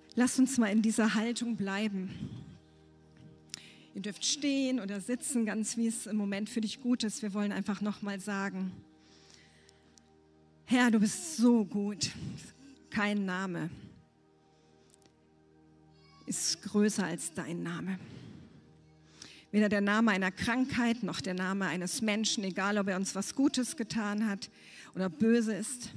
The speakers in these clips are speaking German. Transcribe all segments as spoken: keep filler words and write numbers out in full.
Lasst uns mal in dieser Haltung bleiben. Ihr dürft stehen oder sitzen, ganz wie es im Moment für dich gut ist. Wir wollen einfach nochmal sagen, Herr, du bist so gut. Kein Name ist größer als dein Name. Weder der Name einer Krankheit noch der Name eines Menschen, egal ob er uns was Gutes getan hat oder böse ist.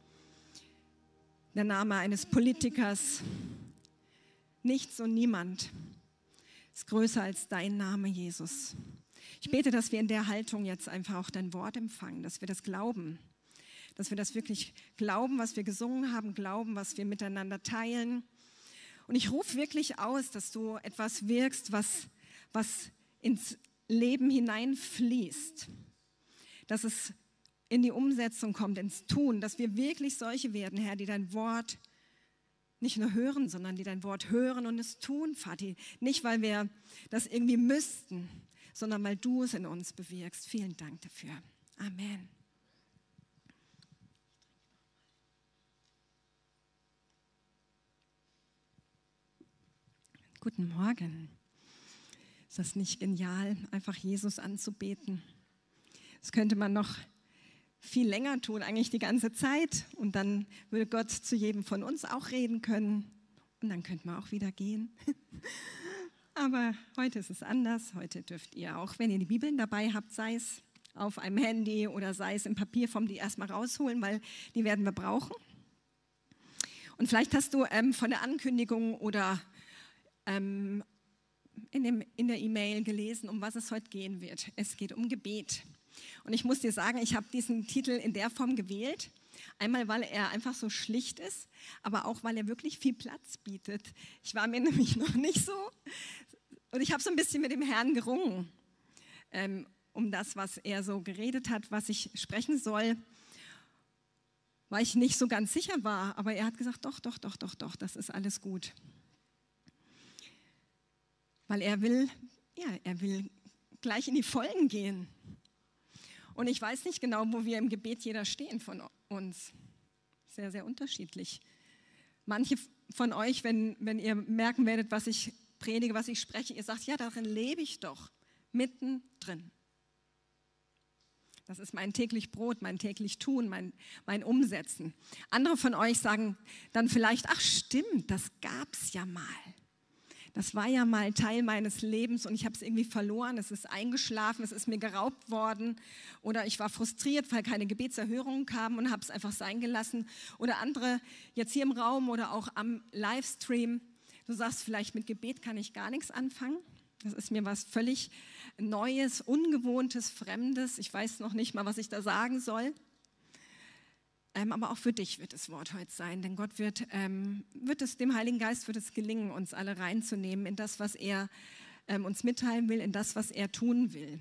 Der Name eines Politikers, nichts und niemand ist größer als dein Name, Jesus. Ich bete, dass wir in der Haltung jetzt einfach auch dein Wort empfangen, dass wir das glauben, dass wir das wirklich glauben, was wir gesungen haben, glauben, was wir miteinander teilen. Und ich rufe wirklich aus, dass du etwas wirkst, was, was ins Leben hineinfließt, dass es in die Umsetzung kommt, ins Tun, dass wir wirklich solche werden, Herr, die dein Wort nicht nur hören, sondern die dein Wort hören und es tun, Vati. Nicht, weil wir das irgendwie müssten, sondern weil du es in uns bewirkst. Vielen Dank dafür. Amen. Guten Morgen. Ist das nicht genial, einfach Jesus anzubeten? Das könnte man noch viel länger tun, eigentlich die ganze Zeit. Und dann würde Gott zu jedem von uns auch reden können. Und dann könnte man auch wieder gehen. Aber heute ist es anders. Heute dürft ihr auch, wenn ihr die Bibeln dabei habt, sei es auf einem Handy oder sei es in Papierform, die erstmal rausholen, weil die werden wir brauchen. Und vielleicht hast du ähm, von der Ankündigung oder ähm, in, dem, in der E-Mail gelesen, um was es heute gehen wird. Es geht um Gebet. Und ich muss dir sagen, ich habe diesen Titel in der Form gewählt. Einmal, weil er einfach so schlicht ist, aber auch, weil er wirklich viel Platz bietet. Ich war mir nämlich noch nicht so und ich habe so ein bisschen mit dem Herrn gerungen, ähm, um das, was er so geredet hat, was ich sprechen soll, weil ich nicht so ganz sicher war. Aber er hat gesagt, doch, doch, doch, doch, doch, das ist alles gut. Weil er will, ja, er will gleich in die Vollen gehen. Und ich weiß nicht genau, wo wir im Gebet jeder stehen von uns. Sehr, sehr unterschiedlich. Manche von euch, wenn, wenn ihr merken werdet, was ich predige, was ich spreche, ihr sagt, ja, darin lebe ich doch, mittendrin. Das ist mein täglich Brot, mein täglich Tun, mein, mein Umsetzen. Andere von euch sagen dann vielleicht, ach stimmt, das gab es ja mal. Das war ja mal Teil meines Lebens und ich habe es irgendwie verloren, es ist eingeschlafen, es ist mir geraubt worden oder ich war frustriert, weil keine Gebetserhörungen kamen und habe es einfach sein gelassen. Oder andere jetzt hier im Raum oder auch am Livestream, du sagst vielleicht, mit Gebet kann ich gar nichts anfangen. Das ist mir was völlig Neues, Ungewohntes, Fremdes. Ich weiß noch nicht mal, was ich da sagen soll. Ähm, aber auch für dich wird das Wort heute sein, denn Gott wird, ähm, wird es, dem Heiligen Geist wird es gelingen, uns alle reinzunehmen in das, was er ähm, uns mitteilen will, in das, was er tun will.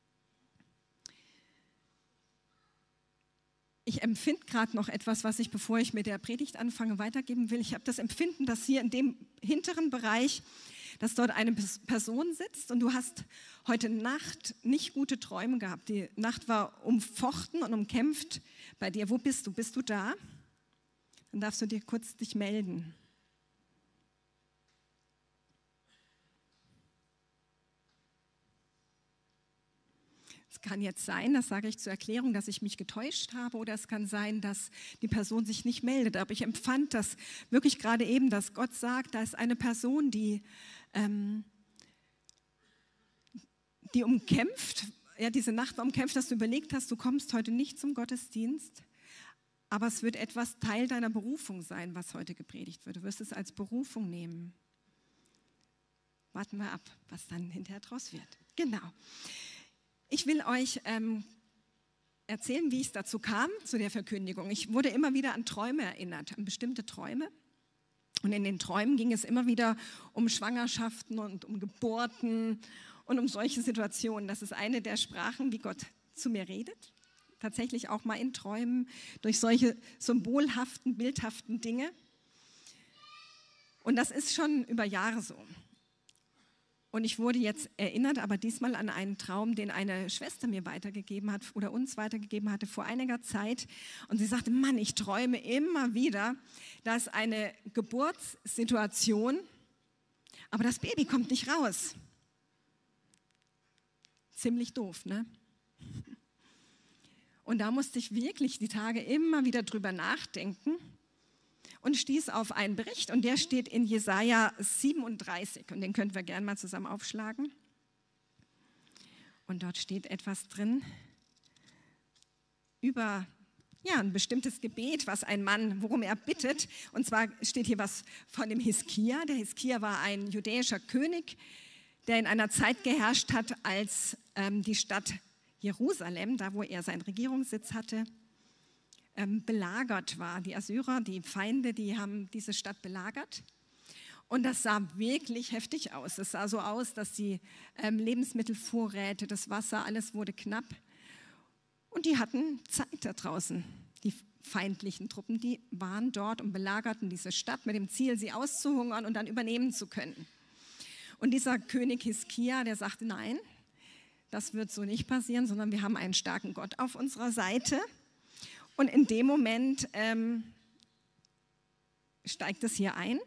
Ich empfinde gerade noch etwas, was ich, bevor ich mit der Predigt anfange, weitergeben will. Ich habe das Empfinden, dass hier in dem hinteren Bereich, dass dort eine Person sitzt und du hast heute Nacht nicht gute Träume gehabt. Die Nacht war umfochten und umkämpft bei dir. Wo bist du? Bist du da? Dann darfst du dir kurz dich melden. Es kann jetzt sein, das sage ich zur Erklärung, dass ich mich getäuscht habe, oder es kann sein, dass die Person sich nicht meldet. Aber ich empfand das wirklich gerade eben, dass Gott sagt, da ist eine Person, die, ähm, die umkämpft, ja, diese Nacht war umkämpft, dass du überlegt hast, du kommst heute nicht zum Gottesdienst, aber es wird etwas Teil deiner Berufung sein, was heute gepredigt wird. Du wirst es als Berufung nehmen. Warten wir ab, was dann hinterher draus wird. Genau. Ich will euch ähm, erzählen, wie es dazu kam, zu der Verkündigung. Ich wurde immer wieder an Träume erinnert, an bestimmte Träume. Und in den Träumen ging es immer wieder um Schwangerschaften und um Geburten und um solche Situationen. Das ist eine der Sprachen, wie Gott zu mir redet. Tatsächlich auch mal in Träumen, durch solche symbolhaften, bildhaften Dinge. Und das ist schon über Jahre so. Und ich wurde jetzt erinnert, aber diesmal an einen Traum, den eine Schwester mir weitergegeben hat oder uns weitergegeben hatte vor einiger Zeit. Und sie sagte, Mann, ich träume immer wieder, dass eine Geburtssituation, aber das Baby kommt nicht raus. Ziemlich doof, ne? Und da musste ich wirklich die Tage immer wieder drüber nachdenken und stieß auf einen Bericht und der steht in Jesaja siebenunddreißig und den könnten wir gerne mal zusammen aufschlagen. Und dort steht etwas drin über ja, ein bestimmtes Gebet, was ein Mann, worum er bittet. Und zwar steht hier was von dem Hiskia. Der Hiskia war ein judäischer König, der in einer Zeit geherrscht hat, als ähm, die Stadt Jerusalem, da wo er seinen Regierungssitz hatte, ähm, belagert war. Die Assyrer, die Feinde, die haben diese Stadt belagert. Und das sah wirklich heftig aus. Es sah so aus, dass die ähm, Lebensmittelvorräte, das Wasser, alles wurde knapp. Und die hatten Zeit da draußen. Die feindlichen Truppen, die waren dort und belagerten diese Stadt mit dem Ziel, sie auszuhungern und dann übernehmen zu können. Und dieser König Hiskia, der sagte, nein, das wird so nicht passieren, sondern wir haben einen starken Gott auf unserer Seite. Und in dem Moment ähm, steigt es hier ein.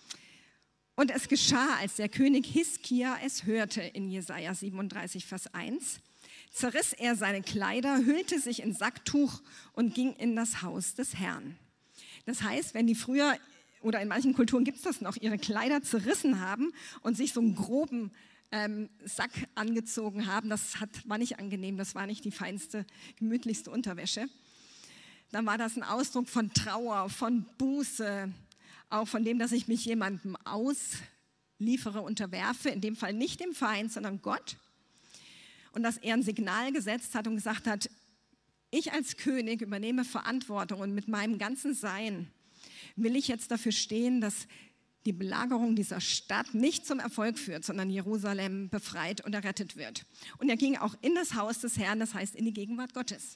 Und es geschah, als der König Hiskia es hörte, in Jesaja siebenunddreißig, Vers eins, zerriss er seine Kleider, hüllte sich in Sacktuch und ging in das Haus des Herrn. Das heißt, wenn die früher, oder in manchen Kulturen gibt es das noch, ihre Kleider zerrissen haben und sich so einen groben ähm, Sack angezogen haben, das hat, war nicht angenehm, das war nicht die feinste, gemütlichste Unterwäsche. Dann war das ein Ausdruck von Trauer, von Buße, auch von dem, dass ich mich jemandem ausliefere, unterwerfe, in dem Fall nicht dem Feind, sondern Gott. Und dass er ein Signal gesetzt hat und gesagt hat, ich als König übernehme Verantwortung und mit meinem ganzen Sein will ich jetzt dafür stehen, dass die Belagerung dieser Stadt nicht zum Erfolg führt, sondern Jerusalem befreit und errettet wird. Und er ging auch in das Haus des Herrn, das heißt in die Gegenwart Gottes.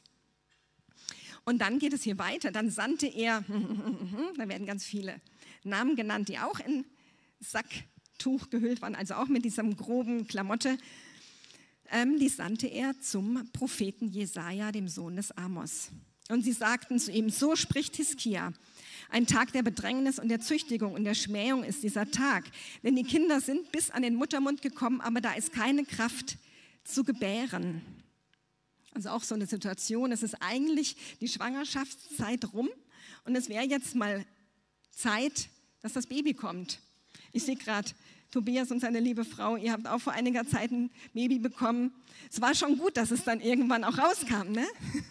Und dann geht es hier weiter. Dann sandte er, da werden ganz viele Namen genannt, die auch in Sacktuch gehüllt waren, also auch mit diesem groben Klamotte. Ähm, die sandte er zum Propheten Jesaja, dem Sohn des Amos. Und sie sagten zu ihm, so spricht Hiskia, ein Tag der Bedrängnis und der Züchtigung und der Schmähung ist dieser Tag. Denn die Kinder sind bis an den Muttermund gekommen, aber da ist keine Kraft zu gebären. Also auch so eine Situation, es ist eigentlich die Schwangerschaftszeit rum und es wäre jetzt mal Zeit, dass das Baby kommt. Ich sehe gerade Tobias und seine liebe Frau, ihr habt auch vor einiger Zeit ein Baby bekommen. Es war schon gut, dass es dann irgendwann auch rauskam, ne?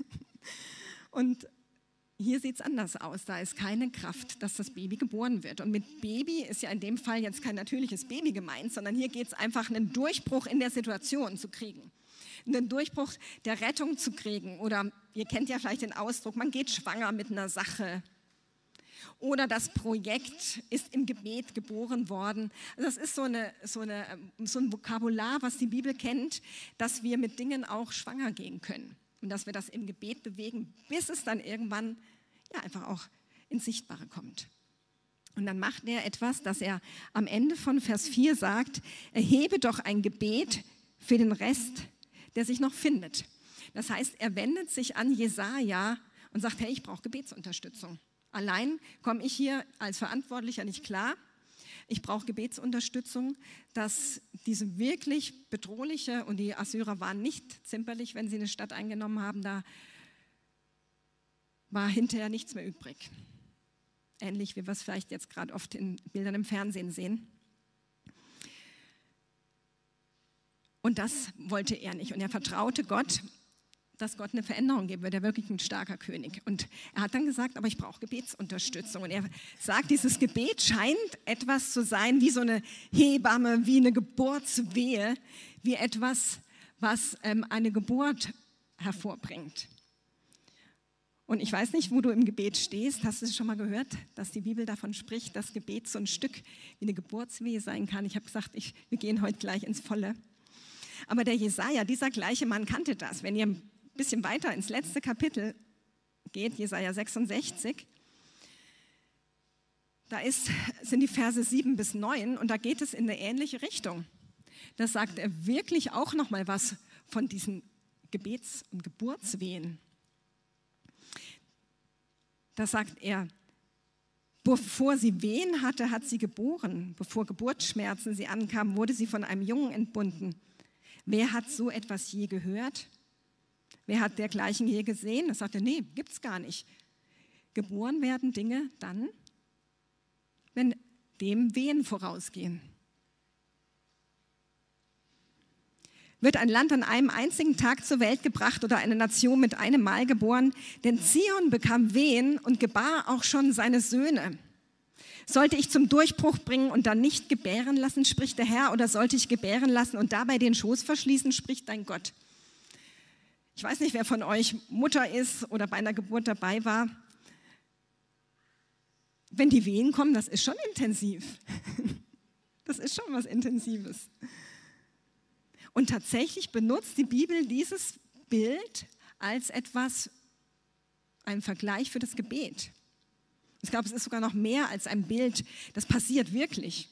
Und hier sieht es anders aus, da ist keine Kraft, dass das Baby geboren wird. Und mit Baby ist ja in dem Fall jetzt kein natürliches Baby gemeint, sondern hier geht es einfach, einen Durchbruch in der Situation zu kriegen. Einen Durchbruch der Rettung zu kriegen. Oder ihr kennt ja vielleicht den Ausdruck, man geht schwanger mit einer Sache. Oder das Projekt ist im Gebet geboren worden. Also das ist so, eine, so, eine, so ein Vokabular, was die Bibel kennt, dass wir mit Dingen auch schwanger gehen können. Und dass wir das im Gebet bewegen, bis es dann irgendwann ja, einfach auch ins Sichtbare kommt. Und dann macht er etwas, dass er am Ende von Vers vier sagt, erhebe doch ein Gebet für den Rest, der sich noch findet. Das heißt, er wendet sich an Jesaja und sagt, hey, ich brauche Gebetsunterstützung. Allein komme ich hier als Verantwortlicher nicht klar. Ich brauche Gebetsunterstützung, dass diese wirklich bedrohliche, und die Assyrer waren nicht zimperlich, wenn sie eine Stadt eingenommen haben, da war hinterher nichts mehr übrig. Ähnlich wie wir es vielleicht jetzt gerade oft in Bildern im Fernsehen sehen. Und das wollte er nicht. Und er vertraute Gott, dass Gott eine Veränderung geben wird. Er wirklich ein starker König. Und er hat dann gesagt, aber ich brauche Gebetsunterstützung. Und er sagt, dieses Gebet scheint etwas zu sein wie so eine Hebamme, wie eine Geburtswehe, wie etwas, was ähm, eine Geburt hervorbringt. Und ich weiß nicht, wo du im Gebet stehst. Hast du es schon mal gehört, dass die Bibel davon spricht, dass Gebet so ein Stück wie eine Geburtswehe sein kann? Ich habe gesagt, ich, wir gehen heute gleich ins Volle. Aber der Jesaja, dieser gleiche Mann, kannte das. Wenn ihr ein bisschen weiter ins letzte Kapitel geht, Jesaja sechsundsechzig, da ist, sind die Verse sieben bis neun und da geht es in eine ähnliche Richtung. da sagt er wirklich auch noch mal was von diesen Gebets- und Geburtswehen. Da sagt er, bevor sie Wehen hatte, hat sie geboren. Bevor Geburtsschmerzen sie ankamen, wurde sie von einem Jungen entbunden. Wer hat so etwas je gehört? Wer hat dergleichen je gesehen? Da sagt er, nee, gibt's gar nicht. Geboren werden Dinge dann, wenn dem Wehen vorausgehen. Wird ein Land an einem einzigen Tag zur Welt gebracht oder eine Nation mit einem Mal geboren? Denn Zion bekam Wehen und gebar auch schon seine Söhne. Sollte ich zum Durchbruch bringen und dann nicht gebären lassen, spricht der Herr, oder sollte ich gebären lassen und dabei den Schoß verschließen, spricht dein Gott. Ich weiß nicht, wer von euch Mutter ist oder bei einer Geburt dabei war. Wenn die Wehen kommen, das ist schon intensiv. Das ist schon was Intensives. Und tatsächlich benutzt die Bibel dieses Bild als etwas, ein Vergleich für das Gebet. Ich glaube, es ist sogar noch mehr als ein Bild, das passiert wirklich.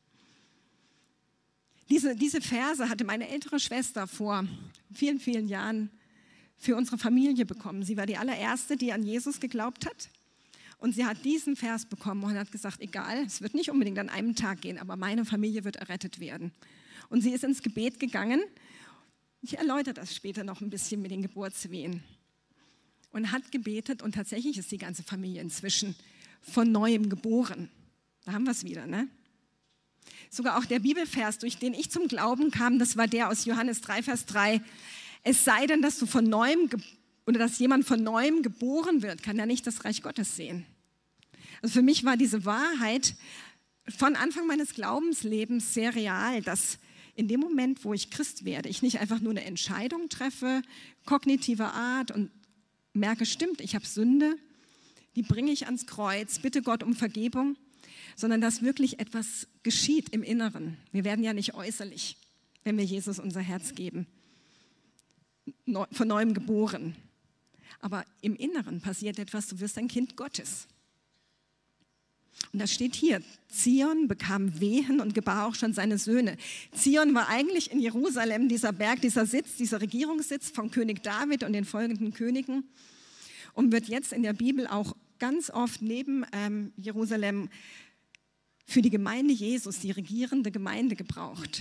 Diese, diese Verse hatte meine ältere Schwester vor vielen, vielen Jahren für unsere Familie bekommen. Sie war die allererste, die an Jesus geglaubt hat. Und sie hat diesen Vers bekommen und hat gesagt, egal, es wird nicht unbedingt an einem Tag gehen, aber meine Familie wird errettet werden. Und sie ist ins Gebet gegangen. Ich erläutere das später noch ein bisschen mit den Geburtswehen. Und hat gebetet und tatsächlich ist die ganze Familie inzwischen von Neuem geboren. Da haben wir es wieder, ne? Sogar auch der Bibelvers, durch den ich zum Glauben kam, das war der aus Johannes drei, Vers drei. Es sei denn, dass du von Neuem oder dass jemand von Neuem geboren wird, kann er nicht das Reich Gottes sehen. Also für mich war diese Wahrheit von Anfang meines Glaubenslebens sehr real, dass in dem Moment, wo ich Christ werde, ich nicht einfach nur eine Entscheidung treffe, kognitiver Art und merke, stimmt, ich habe Sünde, die bringe ich ans Kreuz, bitte Gott um Vergebung, sondern dass wirklich etwas geschieht im Inneren. Wir werden ja nicht äußerlich, wenn wir Jesus unser Herz geben, von Neuem geboren. Aber im Inneren passiert etwas, du wirst ein Kind Gottes. Und das steht hier, Zion bekam Wehen und gebar auch schon seine Söhne. Zion war eigentlich in Jerusalem dieser Berg, dieser Sitz, dieser Regierungssitz von König David und den folgenden Königen und wird jetzt in der Bibel auch ganz oft neben ähm, Jerusalem für die Gemeinde Jesus, die regierende Gemeinde, gebraucht.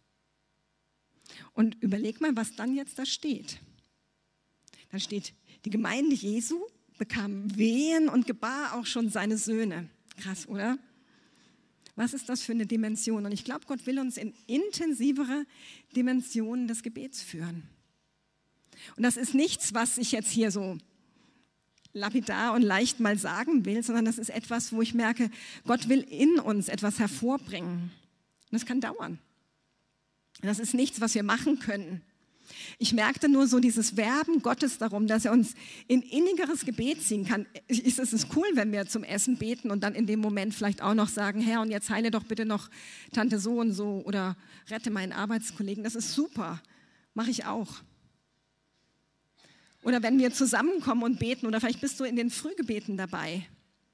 Und überleg mal, was dann jetzt da steht. Da steht, die Gemeinde Jesu bekam Wehen und gebar auch schon seine Söhne. Krass, oder? Was ist das für eine Dimension? Und ich glaube, Gott will uns in intensivere Dimensionen des Gebets führen. Und das ist nichts, was ich jetzt hier so lapidar und leicht mal sagen will, sondern das ist etwas, wo ich merke, Gott will in uns etwas hervorbringen. Und das kann dauern. Das ist nichts, was wir machen können. Ich merkte nur so dieses Werben Gottes darum, dass er uns in innigeres Gebet ziehen kann. Es ist cool, wenn wir zum Essen beten und dann in dem Moment vielleicht auch noch sagen, Herr, und jetzt heile doch bitte noch Tante so und so oder rette meinen Arbeitskollegen. Das ist super, mache ich auch. Oder wenn wir zusammenkommen und beten, oder vielleicht bist du in den Frühgebeten dabei,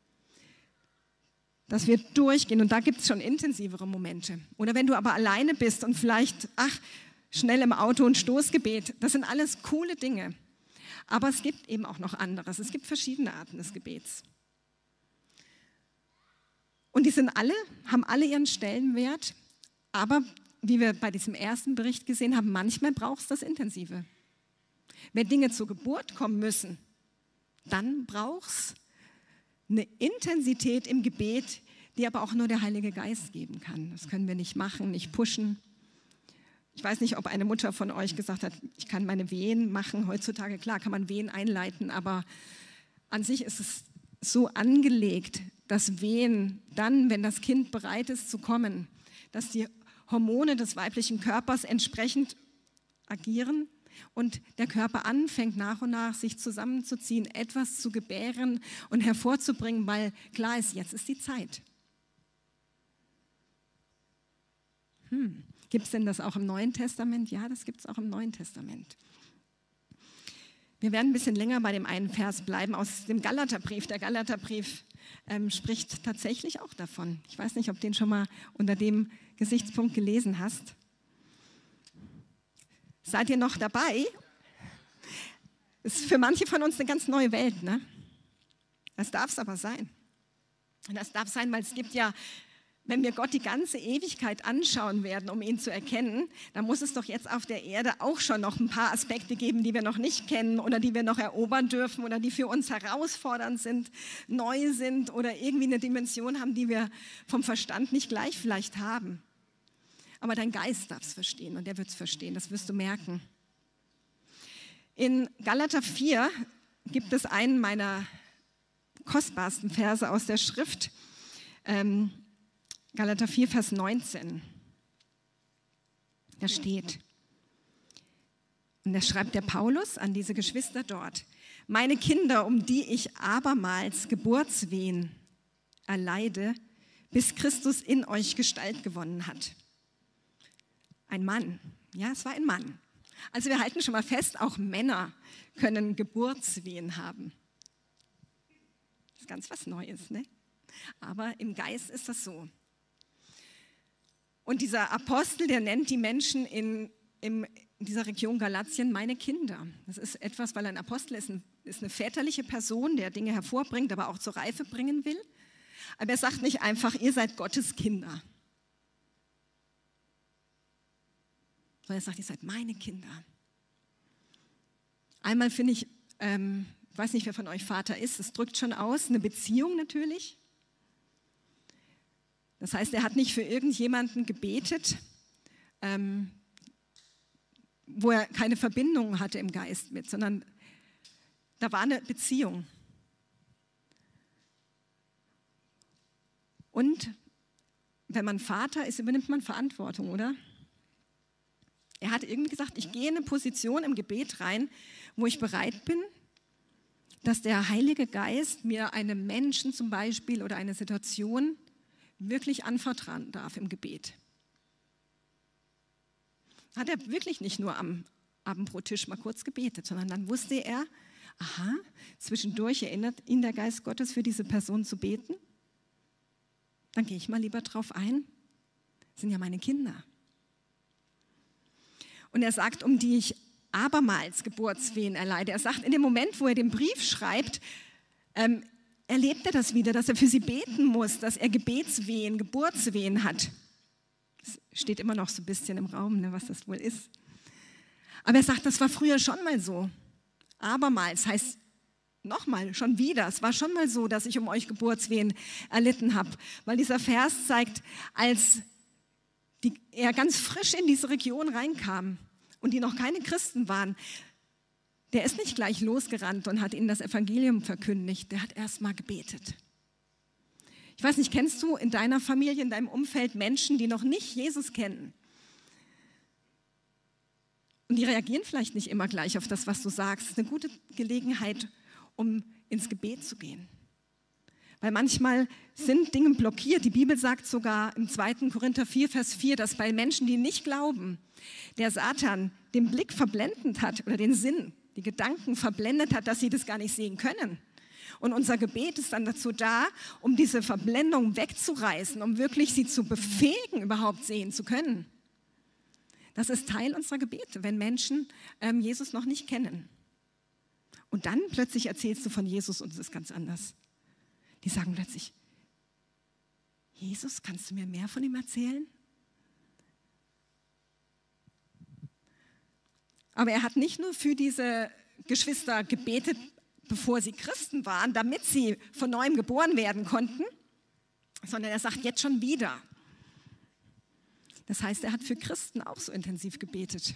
dass wir durchgehen und da gibt es schon intensivere Momente. Oder wenn du aber alleine bist und vielleicht, ach, schnell im Auto und Stoßgebet, das sind alles coole Dinge. Aber es gibt eben auch noch anderes. Es gibt verschiedene Arten des Gebets. Und die sind alle, haben alle ihren Stellenwert, aber wie wir bei diesem ersten Bericht gesehen haben, manchmal braucht es das Intensive. Wenn Dinge zur Geburt kommen müssen, dann braucht es eine Intensität im Gebet, die aber auch nur der Heilige Geist geben kann. Das können wir nicht machen, nicht pushen. Ich weiß nicht, ob eine Mutter von euch gesagt hat, ich kann meine Wehen machen. Heutzutage, klar, kann man Wehen einleiten, aber an sich ist es so angelegt, dass Wehen dann, wenn das Kind bereit ist zu kommen, dass die Hormone des weiblichen Körpers entsprechend agieren und der Körper anfängt nach und nach sich zusammenzuziehen, etwas zu gebären und hervorzubringen, weil klar ist, jetzt ist die Zeit. Hm. Gibt es denn das auch im Neuen Testament? Ja, das gibt es auch im Neuen Testament. Wir werden ein bisschen länger bei dem einen Vers bleiben aus dem Galaterbrief. Der Galaterbrief ähm, spricht tatsächlich auch davon. Ich weiß nicht, ob du den schon mal unter dem Gesichtspunkt gelesen hast. Seid ihr noch dabei? Das ist für manche von uns eine ganz neue Welt, ne? Das darf es aber sein. Und das darf sein, weil es gibt ja, wenn wir Gott die ganze Ewigkeit anschauen werden, um ihn zu erkennen, dann muss es doch jetzt auf der Erde auch schon noch ein paar Aspekte geben, die wir noch nicht kennen oder die wir noch erobern dürfen oder die für uns herausfordernd sind, neu sind oder irgendwie eine Dimension haben, die wir vom Verstand nicht gleich vielleicht haben. Aber dein Geist darf es verstehen und der wird es verstehen, das wirst du merken. In Galater vier gibt es einen meiner kostbarsten Verse aus der Schrift, ähm, Galater vier, Vers neunzehn. Da steht, und da schreibt der Paulus an diese Geschwister dort, meine Kinder, um die ich abermals Geburtswehen erleide, bis Christus in euch Gestalt gewonnen hat. Ein Mann, ja, es war ein Mann. Also wir halten schon mal fest, auch Männer können Geburtswehen haben. Das ist ganz was Neues, ne? Aber im Geist ist das so. Und dieser Apostel, der nennt die Menschen in, in dieser Region Galatien meine Kinder. Das ist etwas, weil ein Apostel ist, ein, ist eine väterliche Person, der Dinge hervorbringt, aber auch zur Reife bringen will. Aber er sagt nicht einfach, ihr seid Gottes Kinder. Sondern er sagt, ihr seid meine Kinder. Einmal finde ich, ähm, ich weiß nicht, wer von euch Vater ist, das drückt schon aus, eine Beziehung natürlich. Das heißt, er hat nicht für irgendjemanden gebetet, ähm, wo er keine Verbindung hatte im Geist mit, sondern da war eine Beziehung. Und wenn man Vater ist, übernimmt man Verantwortung, oder? Er hat irgendwie gesagt, ich gehe in eine Position im Gebet rein, wo ich bereit bin, dass der Heilige Geist mir einem Menschen zum Beispiel oder eine Situation wirklich anvertrauen darf im Gebet. Hat er wirklich nicht nur am Abendbrottisch mal kurz gebetet, sondern dann wusste er, aha, zwischendurch erinnert ihn der Geist Gottes für diese Person zu beten. Dann gehe ich mal lieber drauf ein. Das sind ja meine Kinder. Und er sagt, um die ich abermals Geburtswehen erleide. Er sagt, in dem Moment, wo er den Brief schreibt, ähm, erlebt er das wieder, dass er für sie beten muss, dass er Gebetswehen, Geburtswehen hat. Das steht immer noch so ein bisschen im Raum, ne, was das wohl ist. Aber er sagt, das war früher schon mal so. Abermals heißt nochmal, schon wieder. Es war schon mal so, dass ich um euch Geburtswehen erlitten habe. Weil dieser Vers zeigt, als die, er ganz frisch in diese Region reinkam und die noch keine Christen waren, der ist nicht gleich losgerannt und hat ihnen das Evangelium verkündigt. Der hat erst mal gebetet. Ich weiß nicht, kennst du in deiner Familie, in deinem Umfeld Menschen, die noch nicht Jesus kennen? Und die reagieren vielleicht nicht immer gleich auf das, was du sagst. Das ist eine gute Gelegenheit, um ins Gebet zu gehen. Weil manchmal sind Dinge blockiert. Die Bibel sagt sogar im zweiten Korinther vier, Vers vier, dass bei Menschen, die nicht glauben, der Satan den Blick verblendet hat oder den Sinn, die Gedanken verblendet hat, dass sie das gar nicht sehen können. Und unser Gebet ist dann dazu da, um diese Verblendung wegzureißen, um wirklich sie zu befähigen, überhaupt sehen zu können. Das ist Teil unserer Gebete, wenn Menschen ähm, Jesus noch nicht kennen. Und dann plötzlich erzählst du von Jesus und es ist ganz anders. Die sagen plötzlich, Jesus, kannst du mir mehr von ihm erzählen? Aber er hat nicht nur für diese Geschwister gebetet, bevor sie Christen waren, damit sie von neuem geboren werden konnten, sondern er sagt jetzt schon wieder. Das heißt, er hat für Christen auch so intensiv gebetet.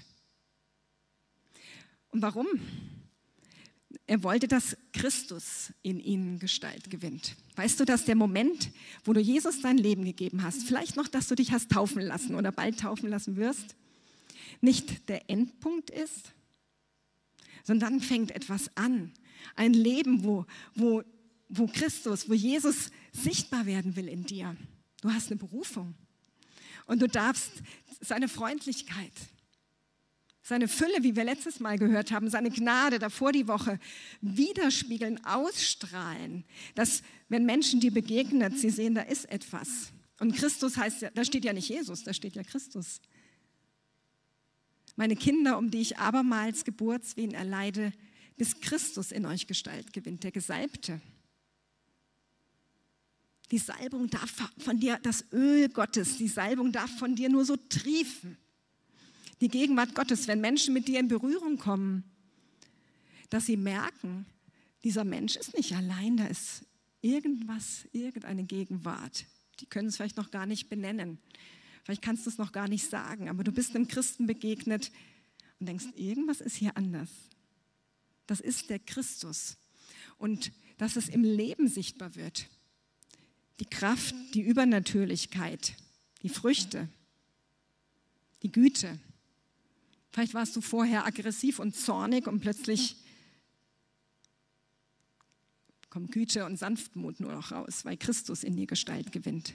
Und warum? Er wollte, dass Christus in ihnen Gestalt gewinnt. Weißt du, dass der Moment, wo du Jesus dein Leben gegeben hast, vielleicht noch, dass du dich hast taufen lassen oder bald taufen lassen wirst, nicht der Endpunkt ist, sondern dann fängt etwas an. Ein Leben, wo, wo, wo Christus, wo Jesus sichtbar werden will in dir. Du hast eine Berufung und du darfst seine Freundlichkeit, seine Fülle, wie wir letztes Mal gehört haben, seine Gnade davor die Woche widerspiegeln, ausstrahlen, dass wenn Menschen dir begegnen, sie sehen, da ist etwas. Und Christus heißt ja, da steht ja nicht Jesus, da steht ja Christus. Meine Kinder, um die ich abermals Geburtswehen erleide, bis Christus in euch Gestalt gewinnt, der Gesalbte. Die Salbung darf von dir, das Öl Gottes, die Salbung darf von dir nur so triefen. Die Gegenwart Gottes, wenn Menschen mit dir in Berührung kommen, dass sie merken, dieser Mensch ist nicht allein, da ist irgendwas, irgendeine Gegenwart. Die können es vielleicht noch gar nicht benennen. Vielleicht kannst du es noch gar nicht sagen, aber du bist einem Christen begegnet und denkst, irgendwas ist hier anders. Das ist der Christus. Und dass es im Leben sichtbar wird. Die Kraft, die Übernatürlichkeit, die Früchte, die Güte. Vielleicht warst du vorher aggressiv und zornig und plötzlich kommt Güte und Sanftmut nur noch raus, weil Christus in dir Gestalt gewinnt.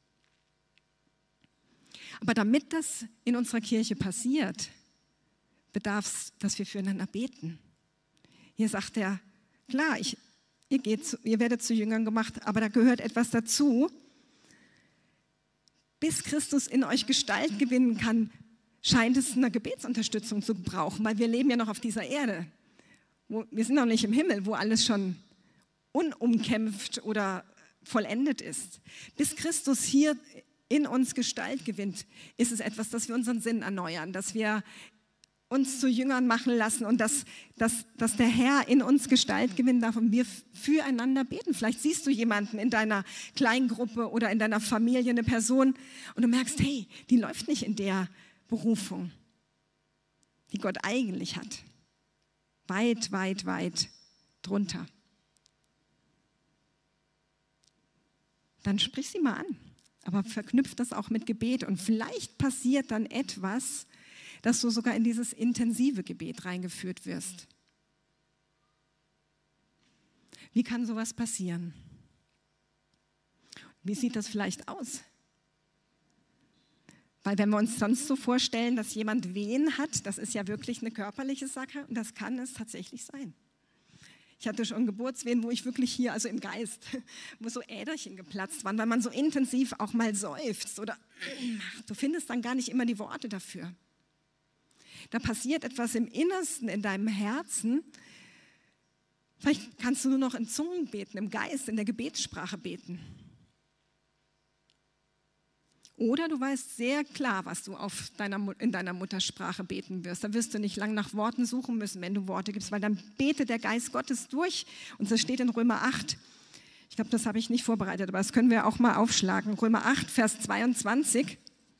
Aber damit das in unserer Kirche passiert, bedarf es, dass wir füreinander beten. Hier sagt er, klar, ich Ihr, geht zu, ihr werdet zu Jüngern gemacht, aber da gehört etwas dazu. Bis Christus in euch Gestalt gewinnen kann, scheint es eine Gebetsunterstützung zu brauchen, weil wir leben ja noch auf dieser Erde. Wo, wir sind noch nicht im Himmel, wo alles schon unumkämpft oder vollendet ist. Bis Christus hier in uns Gestalt gewinnt, ist es etwas, dass wir unseren Sinn erneuern, dass wir uns zu Jüngern machen lassen und dass, dass, dass der Herr in uns Gestalt gewinnen darf und wir füreinander beten. Vielleicht siehst du jemanden in deiner Kleingruppe oder in deiner Familie, eine Person, und du merkst, hey, die läuft nicht in der Berufung, die Gott eigentlich hat. Weit, weit, weit drunter. Dann sprich sie mal an, aber verknüpft das auch mit Gebet und vielleicht passiert dann etwas, dass du sogar in dieses intensive Gebet reingeführt wirst. Wie kann sowas passieren? Wie sieht das vielleicht aus? Weil wenn wir uns sonst so vorstellen, dass jemand Wehen hat, das ist ja wirklich eine körperliche Sache und das kann es tatsächlich sein. Ich hatte schon Geburtswehen, wo ich wirklich hier, also im Geist, wo so Äderchen geplatzt waren, weil man so intensiv auch mal seufzt oder du findest dann gar nicht immer die Worte dafür. Da passiert etwas im Innersten, in deinem Herzen. Vielleicht kannst du nur noch in Zungen beten, im Geist, in der Gebetssprache beten. Oder du weißt sehr klar, was du auf deiner, in deiner Muttersprache beten wirst. Da wirst du nicht lang nach Worten suchen müssen, wenn du Worte gibst, weil dann betet der Geist Gottes durch. Und das steht in Römer acht. Ich glaube, das habe ich nicht vorbereitet, aber das können wir auch mal aufschlagen. Römer acht, Vers zweiundzwanzig.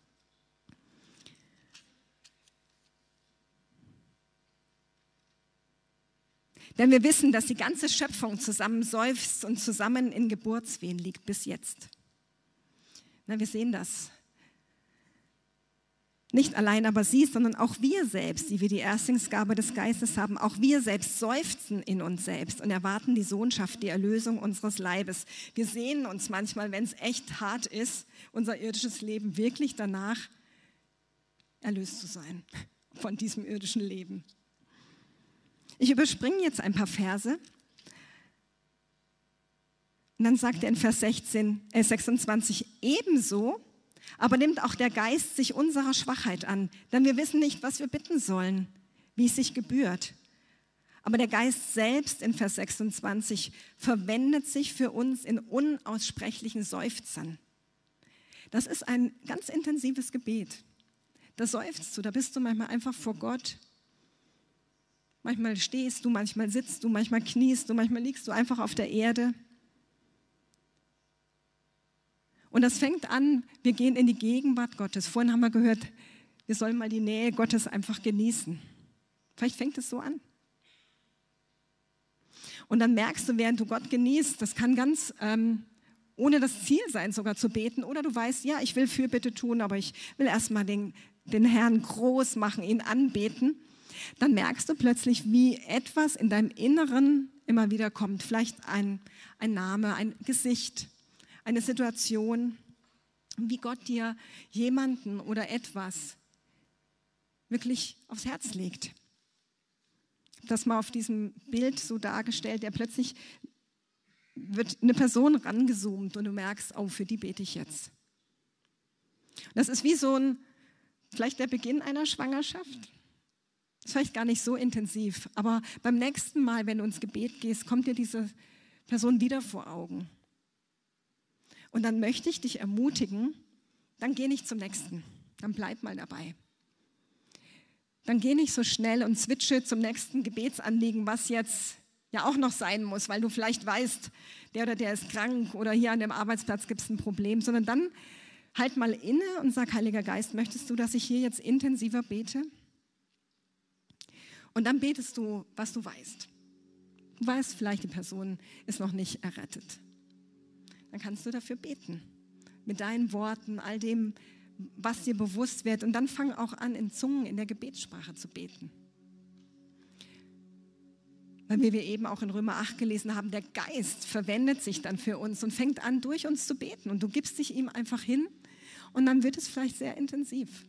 Denn wir wissen, dass die ganze Schöpfung zusammen seufzt und zusammen in Geburtswehen liegt bis jetzt. Na, wir sehen das. Nicht allein aber sie, sondern auch wir selbst, die wir die Erstlingsgabe des Geistes haben, auch wir selbst seufzen in uns selbst und erwarten die Sohnschaft, die Erlösung unseres Leibes. Wir sehnen uns manchmal, wenn es echt hart ist, unser irdisches Leben wirklich danach erlöst zu sein von diesem irdischen Leben. Ich überspringe jetzt ein paar Verse. Und dann sagt er in Vers sechzehn, äh sechsundzwanzig, ebenso, aber nimmt auch der Geist sich unserer Schwachheit an, denn wir wissen nicht, was wir bitten sollen, wie es sich gebührt. Aber der Geist selbst in Vers sechsundzwanzig verwendet sich für uns in unaussprechlichen Seufzern. Das ist ein ganz intensives Gebet. Da seufzt du, da bist du manchmal einfach vor Gott. Manchmal stehst du, manchmal sitzt du, manchmal kniest du, manchmal liegst du einfach auf der Erde. Und das fängt an, wir gehen in die Gegenwart Gottes. Vorhin haben wir gehört, wir sollen mal die Nähe Gottes einfach genießen. Vielleicht fängt es so an. Und dann merkst du, während du Gott genießt, das kann ganz ähm, ohne das Ziel sein, sogar zu beten. Oder du weißt, ja, ich will Fürbitte tun, aber ich will erstmal den, den Herrn groß machen, ihn anbeten. Dann merkst du plötzlich, wie etwas in deinem Inneren immer wieder kommt. Vielleicht ein, ein Name, ein Gesicht, eine Situation, wie Gott dir jemanden oder etwas wirklich aufs Herz legt. Ich habe das mal auf diesem Bild so dargestellt, der plötzlich wird eine Person rangezoomt und du merkst, oh, für die bete ich jetzt. Das ist wie so ein, vielleicht der Beginn einer Schwangerschaft. ist vielleicht gar nicht so intensiv, aber beim nächsten Mal, wenn du ins Gebet gehst, kommt dir diese Person wieder vor Augen. Und dann möchte ich dich ermutigen, dann geh nicht zum nächsten, dann bleib mal dabei. Dann geh nicht so schnell und switche zum nächsten Gebetsanliegen, was jetzt ja auch noch sein muss, weil du vielleicht weißt, der oder der ist krank oder hier an dem Arbeitsplatz gibt es ein Problem, sondern dann halt mal inne und sag, Heiliger Geist, möchtest du, dass ich hier jetzt intensiver bete? Und dann betest du, was du weißt. Du weißt vielleicht, die Person ist noch nicht errettet. Dann kannst du dafür beten. Mit deinen Worten, all dem, was dir bewusst wird. Und dann fang auch an, in Zungen, in der Gebetssprache zu beten. Weil wie wir eben auch in Römer acht gelesen haben, der Geist verwendet sich dann für uns und fängt an, durch uns zu beten. Und du gibst dich ihm einfach hin und dann wird es vielleicht sehr intensiv.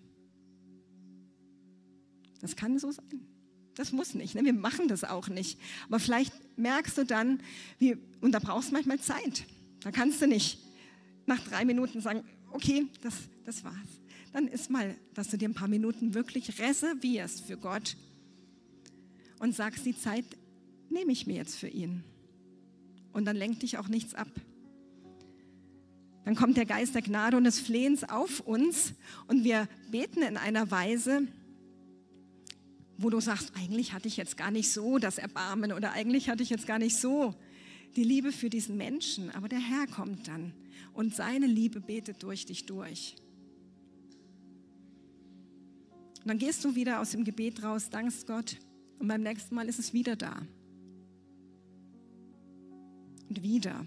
Das kann so sein. Das muss nicht, ne? Wir machen das auch nicht. Aber vielleicht merkst du dann, wie, und da brauchst du manchmal Zeit. Da kannst du nicht nach drei Minuten sagen, okay, das, das war's. Dann ist mal, dass du dir ein paar Minuten wirklich reservierst für Gott und sagst, die Zeit nehme ich mir jetzt für ihn. Und dann lenkt dich auch nichts ab. Dann kommt der Geist der Gnade und des Flehens auf uns und wir beten in einer Weise, wo du sagst, eigentlich hatte ich jetzt gar nicht so das Erbarmen oder eigentlich hatte ich jetzt gar nicht so die Liebe für diesen Menschen. Aber der Herr kommt dann und seine Liebe betet durch dich durch. Und dann gehst du wieder aus dem Gebet raus, dankst Gott und beim nächsten Mal ist es wieder da. Und wieder.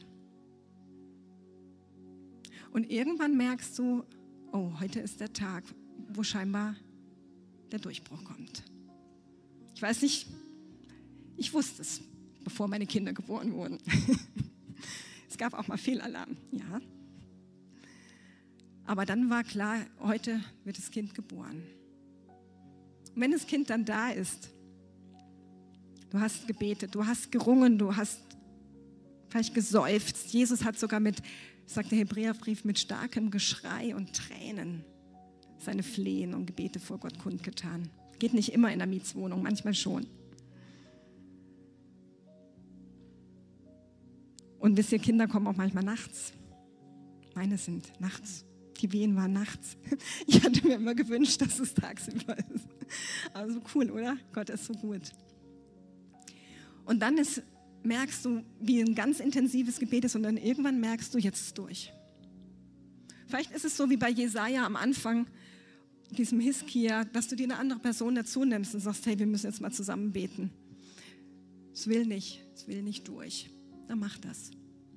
Und irgendwann merkst du, oh, heute ist der Tag, wo scheinbar der Durchbruch kommt. Ich weiß nicht, ich wusste es, bevor meine Kinder geboren wurden. Es gab auch mal Fehlalarm, ja. Aber dann war klar, heute wird das Kind geboren. Und wenn das Kind dann da ist, du hast gebetet, du hast gerungen, du hast vielleicht geseufzt. Jesus hat sogar mit, sagt der Hebräerbrief, mit starkem Geschrei und Tränen seine Flehen und Gebete vor Gott kundgetan. Geht nicht immer in der Mietswohnung, manchmal schon. Und wisst ihr, Kinder kommen auch manchmal nachts. Meine sind nachts. Die Wehen waren nachts. Ich hatte mir immer gewünscht, dass es tagsüber ist. Also cool, oder? Gott ist so gut. Und dann ist, merkst du, wie ein ganz intensives Gebet ist und dann irgendwann merkst du, jetzt ist es durch. Vielleicht ist es so wie bei Jesaja am Anfang, diesem Hiskia, dass du dir eine andere Person dazu nimmst und sagst, hey, wir müssen jetzt mal zusammen beten. Es will nicht, es will nicht durch. Dann mach das.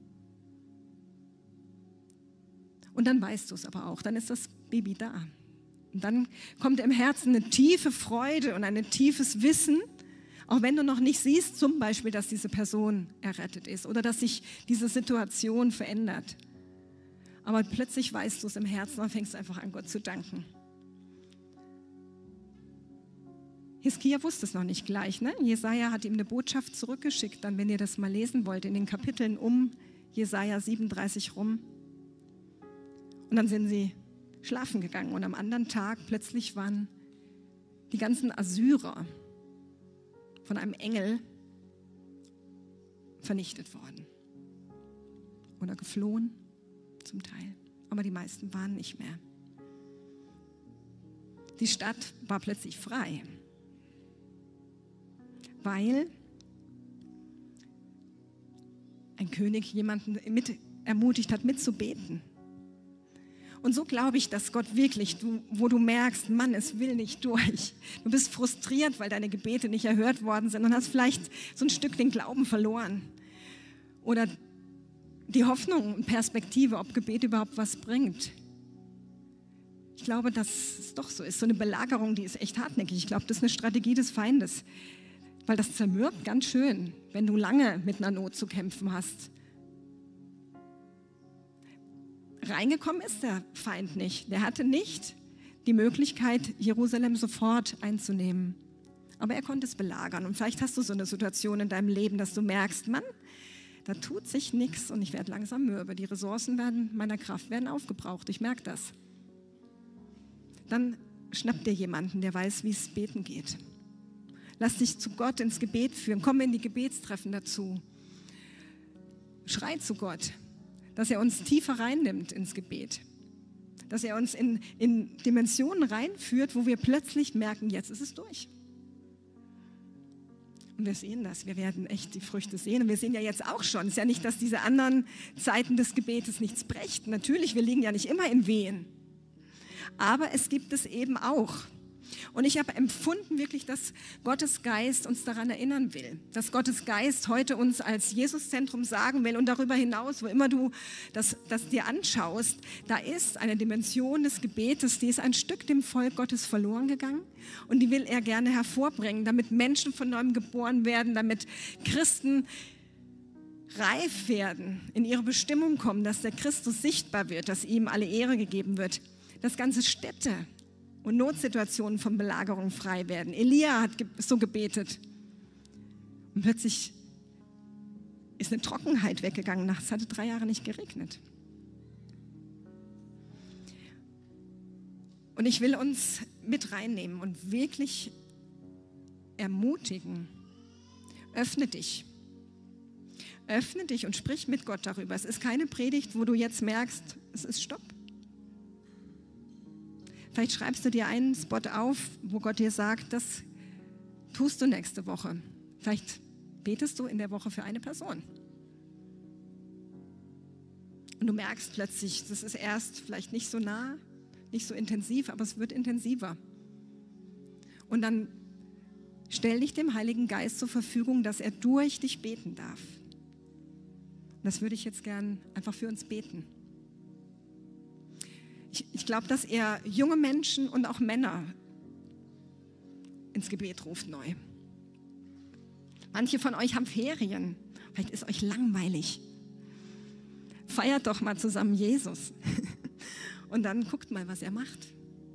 Und dann weißt du es aber auch, dann ist das Baby da. Und dann kommt im Herzen eine tiefe Freude und ein tiefes Wissen, auch wenn du noch nicht siehst, zum Beispiel, dass diese Person errettet ist oder dass sich diese Situation verändert. Aber plötzlich weißt du es im Herzen und fängst einfach an, Gott zu danken. Hiskia wusste es noch nicht gleich. Ne? Jesaja hat ihm eine Botschaft zurückgeschickt, dann, wenn ihr das mal lesen wollt, in den Kapiteln um Jesaja siebenunddreißig rum. Und dann sind sie schlafen gegangen und am anderen Tag plötzlich waren die ganzen Assyrer von einem Engel vernichtet worden. Oder geflohen, zum Teil. Aber die meisten waren nicht mehr. Die Stadt war plötzlich frei. Weil ein König jemanden mit ermutigt hat, mitzubeten. Und so glaube ich, dass Gott wirklich, du, wo du merkst, Mann, es will nicht durch. Du bist frustriert, weil deine Gebete nicht erhört worden sind und hast vielleicht so ein Stück den Glauben verloren. Oder die Hoffnung und Perspektive, ob Gebet überhaupt was bringt. Ich glaube, dass es doch so ist. So eine Belagerung, die ist echt hartnäckig. Ich glaube, das ist eine Strategie des Feindes. Weil das zermürbt ganz schön, wenn du lange mit einer Not zu kämpfen hast. Reingekommen ist der Feind nicht. Der hatte nicht die Möglichkeit, Jerusalem sofort einzunehmen. Aber er konnte es belagern. Und vielleicht hast du so eine Situation in deinem Leben, dass du merkst, Mann, da tut sich nichts und ich werde langsam mürbe. Die Ressourcen werden, meiner Kraft werden aufgebraucht. Ich merke das. Dann schnapp dir jemanden, der weiß, wie es beten geht. Lass dich zu Gott ins Gebet führen. Komm in die Gebetstreffen dazu. Schrei zu Gott, dass er uns tiefer reinnimmt ins Gebet. Dass er uns in, in Dimensionen reinführt, wo wir plötzlich merken, jetzt ist es durch. Und wir sehen das, wir werden echt die Früchte sehen. Und wir sehen ja jetzt auch schon, es ist ja nicht, dass diese anderen Zeiten des Gebetes nichts brächten. Natürlich, wir liegen ja nicht immer in Wehen. Aber es gibt es eben auch. Und ich habe empfunden wirklich, dass Gottes Geist uns daran erinnern will. Dass Gottes Geist heute uns als Jesuszentrum sagen will und darüber hinaus, wo immer du das, das dir anschaust, da ist eine Dimension des Gebetes, die ist ein Stück dem Volk Gottes verloren gegangen und die will er gerne hervorbringen, damit Menschen von neuem geboren werden, damit Christen reif werden, in ihre Bestimmung kommen, dass der Christus sichtbar wird, dass ihm alle Ehre gegeben wird, dass ganze Städte und Notsituationen von Belagerung frei werden. Elia hat so gebetet. Und plötzlich ist eine Trockenheit weggegangen. Es hatte drei Jahre nicht geregnet. Und ich will uns mit reinnehmen und wirklich ermutigen. Öffne dich. Öffne dich und sprich mit Gott darüber. Es ist keine Predigt, wo du jetzt merkst, es ist Stopp. Vielleicht schreibst du dir einen Spot auf, wo Gott dir sagt, das tust du nächste Woche. Vielleicht betest du in der Woche für eine Person. Und du merkst plötzlich, das ist erst vielleicht nicht so nah, nicht so intensiv, aber es wird intensiver. Und dann stell dich dem Heiligen Geist zur Verfügung, dass er durch dich beten darf. Das würde ich jetzt gern einfach für uns beten. Ich, ich glaube, dass er junge Menschen und auch Männer ins Gebet ruft neu. Manche von euch haben Ferien. Vielleicht ist euch langweilig. Feiert doch mal zusammen Jesus. Und dann guckt mal, was er macht.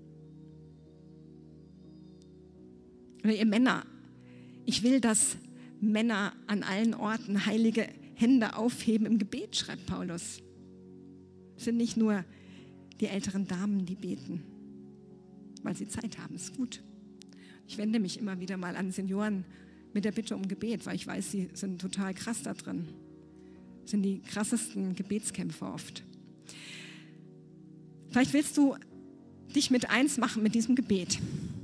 Oder ihr Männer. Ich will, dass Männer an allen Orten heilige Hände aufheben im Gebet, schreibt Paulus. Es sind nicht nur die älteren Damen, die beten, weil sie Zeit haben, ist gut. Ich wende mich immer wieder mal an Senioren mit der Bitte um Gebet, weil ich weiß, sie sind total krass da drin. Sind die krassesten Gebetskämpfer oft. Vielleicht willst du dich mit eins machen mit diesem Gebet.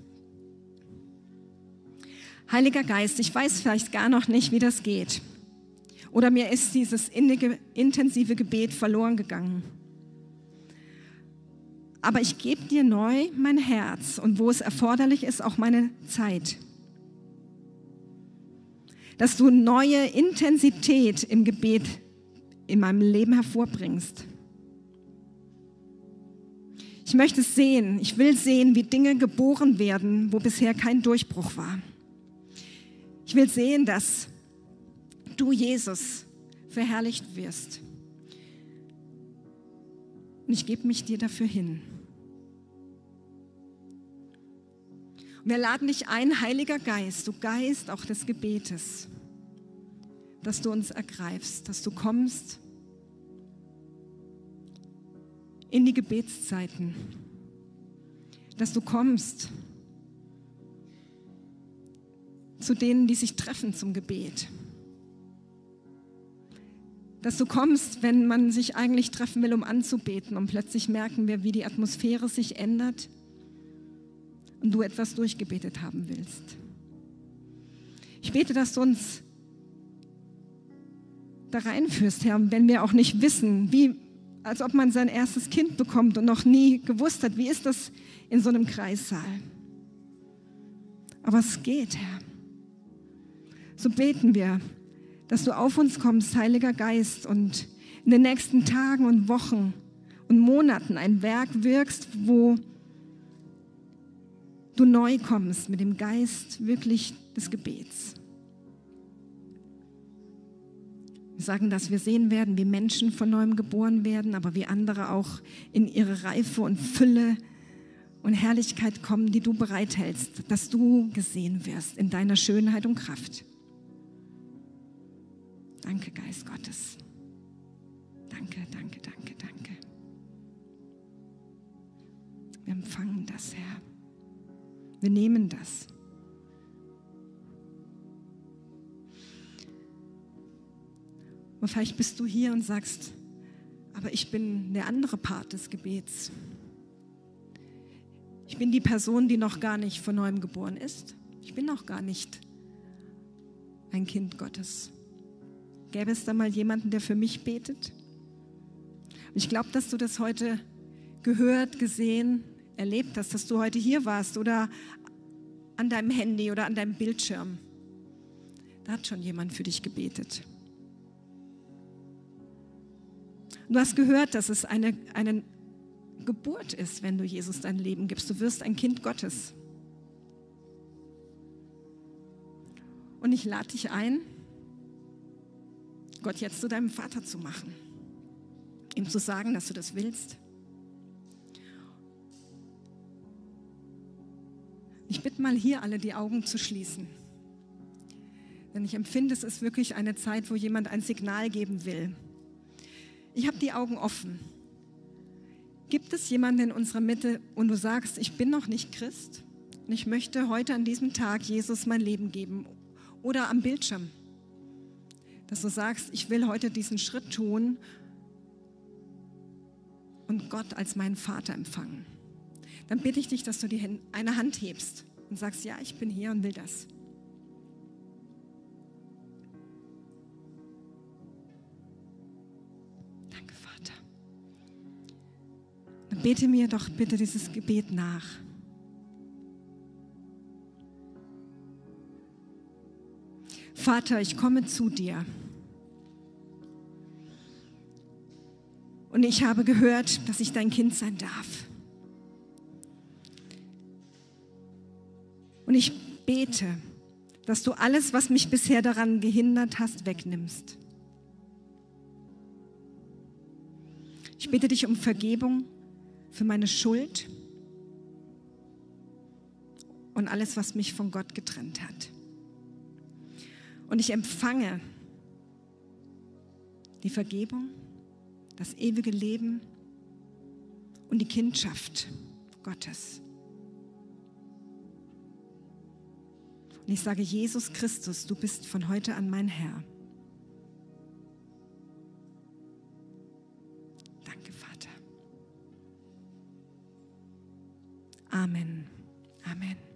Heiliger Geist, ich weiß vielleicht gar noch nicht, wie das geht. Oder mir ist dieses innige, intensive Gebet verloren gegangen. Aber ich gebe dir neu mein Herz und wo es erforderlich ist, auch meine Zeit. Dass du neue Intensität im Gebet in meinem Leben hervorbringst. Ich möchte es sehen, ich will sehen, wie Dinge geboren werden, wo bisher kein Durchbruch war. Ich will sehen, dass du, Jesus, verherrlicht wirst. Und ich gebe mich dir dafür hin. Und wir laden dich ein, Heiliger Geist, du Geist auch des Gebetes, dass du uns ergreifst, dass du kommst in die Gebetszeiten, dass du kommst zu denen, die sich treffen zum Gebet. Dass du kommst, wenn man sich eigentlich treffen will, um anzubeten und plötzlich merken wir, wie die Atmosphäre sich ändert und du etwas durchgebetet haben willst. Ich bete, dass du uns da reinführst, Herr, wenn wir auch nicht wissen, wie, als ob man sein erstes Kind bekommt und noch nie gewusst hat, wie ist das in so einem Kreissaal. Aber es geht, Herr. So beten wir, dass du auf uns kommst, Heiliger Geist, und in den nächsten Tagen und Wochen und Monaten ein Werk wirkst, wo du neu kommst mit dem Geist wirklich des Gebets. Wir sagen, dass wir sehen werden, wie Menschen von neuem geboren werden, aber wie andere auch in ihre Reife und Fülle und Herrlichkeit kommen, die du bereithältst, dass du gesehen wirst in deiner Schönheit und Kraft. Danke, Geist Gottes. Danke, danke, danke, danke. Wir empfangen das, Herr. Wir nehmen das. Und vielleicht bist du hier und sagst, aber ich bin der andere Part des Gebets. Ich bin die Person, die noch gar nicht von neuem geboren ist. Ich bin noch gar nicht ein Kind Gottes. Gäbe es da mal jemanden, der für mich betet? Und ich glaube, dass du das heute gehört, gesehen, erlebt hast, dass du heute hier warst oder an deinem Handy oder an deinem Bildschirm. Da hat schon jemand für dich gebetet. Du hast gehört, dass es eine, eine Geburt ist, wenn du Jesus dein Leben gibst. Du wirst ein Kind Gottes. Und ich lade dich ein, Gott jetzt zu deinem Vater zu machen. Ihm zu sagen, dass du das willst. Ich bitte mal hier alle, die Augen zu schließen. Denn ich empfinde, es ist wirklich eine Zeit, wo jemand ein Signal geben will. Ich habe die Augen offen. Gibt es jemanden in unserer Mitte und du sagst, ich bin noch nicht Christ und ich möchte heute an diesem Tag Jesus mein Leben geben oder am Bildschirm, dass du sagst, ich will heute diesen Schritt tun und Gott als meinen Vater empfangen. Dann bitte ich dich, dass du die eine Hand hebst und sagst, ja, ich bin hier und will das. Danke, Vater. Dann bete mir doch bitte dieses Gebet nach. Vater, ich komme zu dir. Und ich habe gehört, dass ich dein Kind sein darf. Und ich bete, dass du alles, was mich bisher daran gehindert hast, wegnimmst. Ich bitte dich um Vergebung für meine Schuld und alles, was mich von Gott getrennt hat. Und ich empfange die Vergebung, das ewige Leben und die Kindschaft Gottes. Und ich sage, Jesus Christus, du bist von heute an mein Herr. Danke, Vater. Amen. Amen.